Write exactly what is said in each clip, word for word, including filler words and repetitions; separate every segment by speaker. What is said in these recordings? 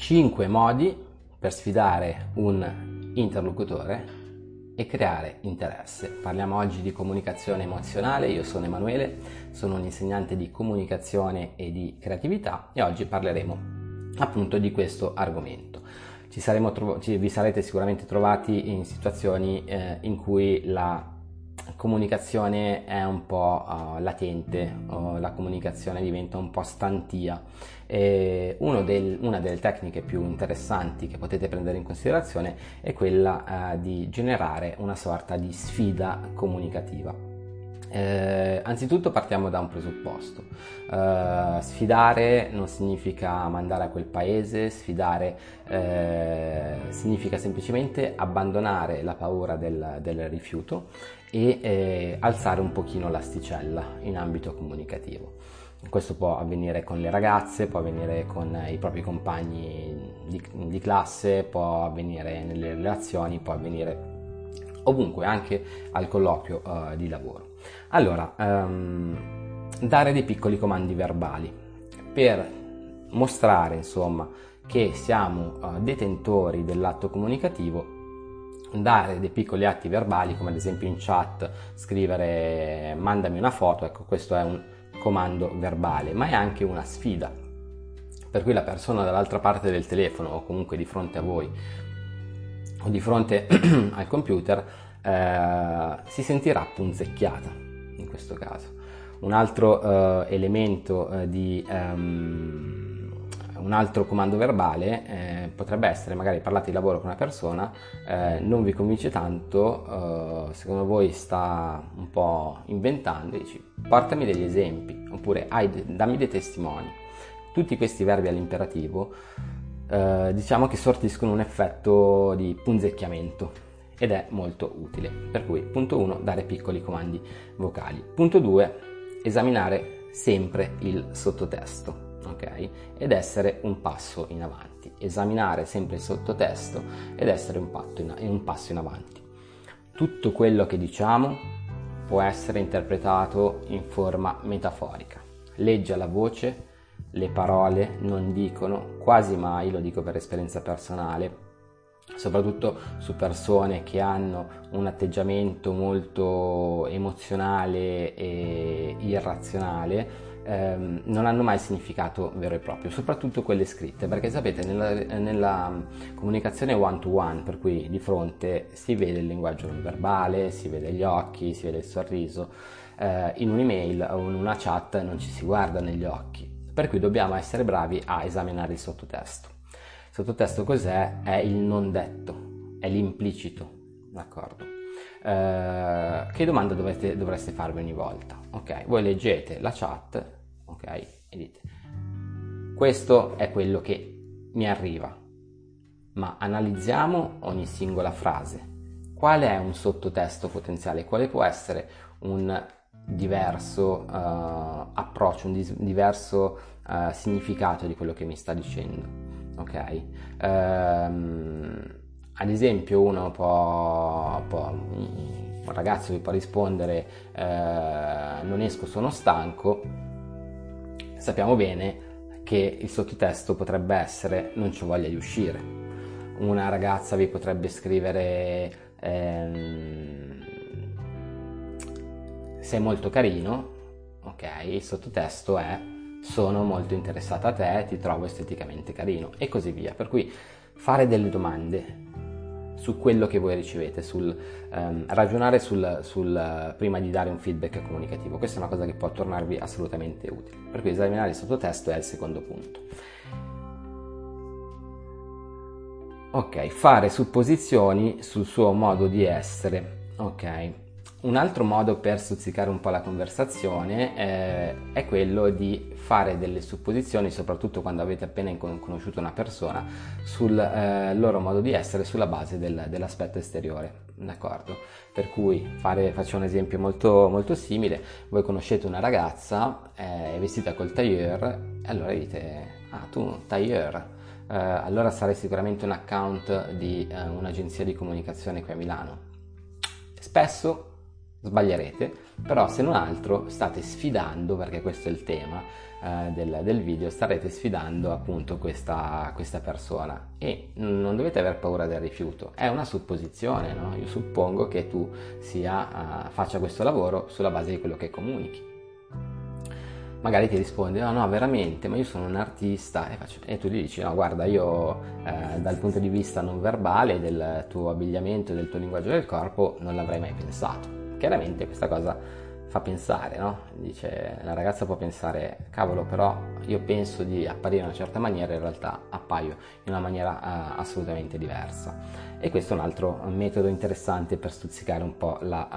Speaker 1: cinque modi per sfidare un interlocutore e creare interesse. Parliamo oggi di comunicazione emozionale. Io sono Emanuele, sono un insegnante di comunicazione e di creatività e oggi parleremo appunto di questo argomento. Ci saremo tro- ci, vi sarete sicuramente trovati in situazioni eh, in cui la comunicazione è un po' uh, latente, o la comunicazione diventa un po' stantia. E uno del, una delle tecniche più interessanti che potete prendere in considerazione è quella uh, di generare una sorta di sfida comunicativa. Eh, anzitutto partiamo da un presupposto. Uh, sfidare non significa mandare a quel paese, sfidare eh, significa semplicemente abbandonare la paura del, del rifiuto e eh, alzare un pochino l'asticella in ambito comunicativo. Questo può avvenire con le ragazze, può avvenire con i propri compagni di, di classe, può avvenire nelle relazioni, può avvenire ovunque, anche al colloquio uh, di lavoro. Allora, um, dare dei piccoli comandi verbali per mostrare, insomma, che siamo uh, detentori dell'atto comunicativo. Dare dei piccoli atti verbali, come ad esempio in chat scrivere mandami una foto, ecco, questo è un comando verbale, ma è anche una sfida, per cui la persona dall'altra parte del telefono o comunque di fronte a voi o di fronte al computer eh, si sentirà punzecchiata in questo caso. Un altro eh, elemento eh, di um, un altro comando verbale eh, potrebbe essere: magari parlate di lavoro con una persona, eh, non vi convince tanto, eh, secondo voi sta un po' inventando, dici portami degli esempi, oppure dammi dei testimoni. Tutti questi verbi all'imperativo eh, diciamo che sortiscono un effetto di punzecchiamento ed è molto utile. Per cui punto uno, dare piccoli comandi vocali. Punto due, esaminare sempre il sottotesto. Ok? Ed essere un passo in avanti, esaminare sempre il sottotesto ed essere un, in, un passo in avanti. Tutto quello che diciamo può essere interpretato in forma metaforica. Leggi alla voce, le parole non dicono quasi mai, lo dico per esperienza personale, soprattutto su persone che hanno un atteggiamento molto emozionale e irrazionale, ehm, non hanno mai significato vero e proprio, soprattutto quelle scritte, perché sapete, nella, nella comunicazione one to one, per cui di fronte si vede il linguaggio non verbale, si vede gli occhi, si vede il sorriso, eh, in un'email o in una chat non ci si guarda negli occhi, per cui dobbiamo essere bravi a esaminare il sottotesto. Il sottotesto cos'è? È il non detto, è l'implicito, d'accordo? Eh, che domanda dovete, dovreste farvi ogni volta? Ok, voi leggete la chat, ok, e dite questo è quello che mi arriva, ma analizziamo ogni singola frase. Qual è un sottotesto potenziale? Quale può essere un diverso uh, approccio, un dis- diverso uh, significato di quello che mi sta dicendo? Ok, um, ad esempio uno può, può un ragazzo vi può rispondere eh, non esco, sono stanco. Sappiamo bene che il sottotesto potrebbe essere non c'ho voglia di uscire. Una ragazza vi potrebbe scrivere ehm, sei molto carino, ok, il sottotesto è sono molto interessata a te, ti trovo esteticamente carino, e così via. Per cui fare delle domande su quello che voi ricevete, sul um, ragionare sul, sul prima di dare un feedback comunicativo, questa è una cosa che può tornarvi assolutamente utile. Per cui esaminare il sottotesto è il secondo punto. Ok, fare supposizioni sul suo modo di essere. Ok, un altro modo per stuzzicare un po' la conversazione eh, è quello di fare delle supposizioni, soprattutto quando avete appena conosciuto una persona, sul eh, loro modo di essere sulla base del, dell'aspetto esteriore, d'accordo? Per cui fare, faccio un esempio molto, molto simile: voi conoscete una ragazza, eh, è vestita col tailleur, e allora dite ah tu tailleur, eh, allora sarai sicuramente un account di eh, un'agenzia di comunicazione qui a Milano. Spesso sbaglierete, però se non altro state sfidando, perché questo è il tema eh, del, del video, starete sfidando appunto questa, questa persona e non dovete aver paura del rifiuto, è una supposizione, no? Io suppongo che tu sia, uh, faccia questo lavoro sulla base di quello che comunichi. Magari ti risponde, no no veramente, ma io sono un artista, e, faccio, e tu gli dici, no guarda, io eh, dal punto di vista non verbale del tuo abbigliamento e del tuo linguaggio del corpo non l'avrei mai pensato. Chiaramente questa cosa fa pensare, no? Dice, la ragazza può pensare, cavolo, però io penso di apparire in una certa maniera, in realtà appaio in una maniera uh, assolutamente diversa. E questo è un altro metodo interessante per stuzzicare un po' la,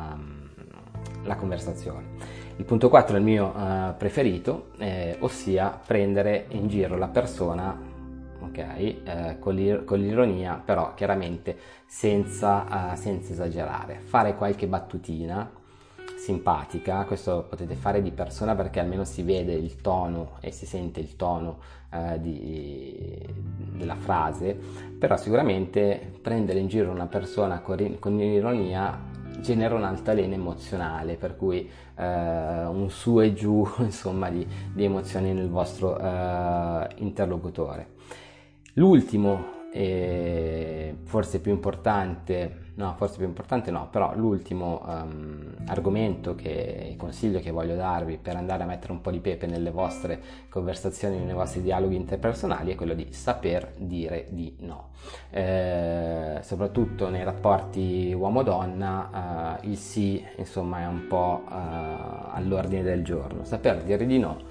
Speaker 1: uh, la conversazione. Il punto quattro è il mio uh, preferito, eh, ossia prendere in giro la persona, ok, eh, con, l'ir- con l'ironia, però chiaramente senza, uh, senza esagerare. Fare qualche battutina simpatica, questo potete fare di persona perché almeno si vede il tono e si sente il tono uh, di, della frase, però sicuramente prendere in giro una persona con, con ironia genera un'altalena emozionale, per cui eh, un su e giù insomma di, di emozioni nel vostro eh, interlocutore. L'ultimo e forse più importante, no, forse più importante no, però l'ultimo um, argomento che consiglio che voglio darvi per andare a mettere un po' di pepe nelle vostre conversazioni, nei vostri dialoghi interpersonali, è quello di saper dire di no. Eh, soprattutto nei rapporti uomo-donna, eh, il sì, insomma, è un po' eh, all'ordine del giorno. Saper dire di no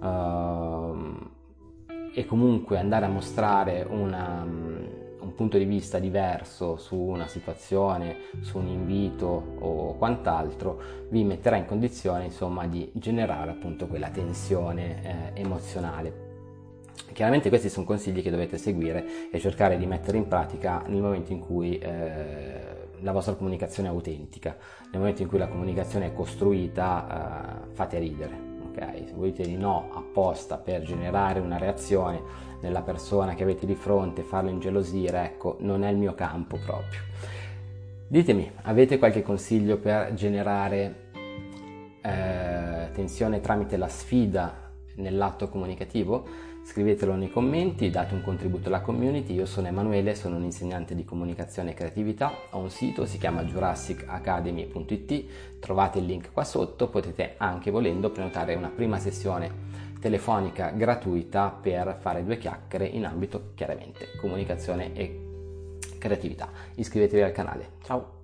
Speaker 1: eh, e comunque andare a mostrare una, un punto di vista diverso su una situazione, su un invito o quant'altro, vi metterà in condizione insomma di generare appunto quella tensione eh, emozionale. Chiaramente questi sono consigli che dovete seguire e cercare di mettere in pratica nel momento in cui eh, la vostra comunicazione è autentica, nel momento in cui la comunicazione è costruita, eh, fate ridere. Okay, se voi dite di no apposta per generare una reazione nella persona che avete di fronte, farlo ingelosire, ecco, non è il mio campo proprio. Ditemi, avete qualche consiglio per generare eh, tensione tramite la sfida nell'atto comunicativo? Scrivetelo nei commenti, date un contributo alla community. Io sono Emanuele, sono un insegnante di comunicazione e creatività, ho un sito, si chiama jurassic academy punto it, trovate il link qua sotto, potete anche volendo prenotare una prima sessione telefonica gratuita per fare due chiacchiere in ambito chiaramente comunicazione e creatività. Iscrivetevi al canale, ciao!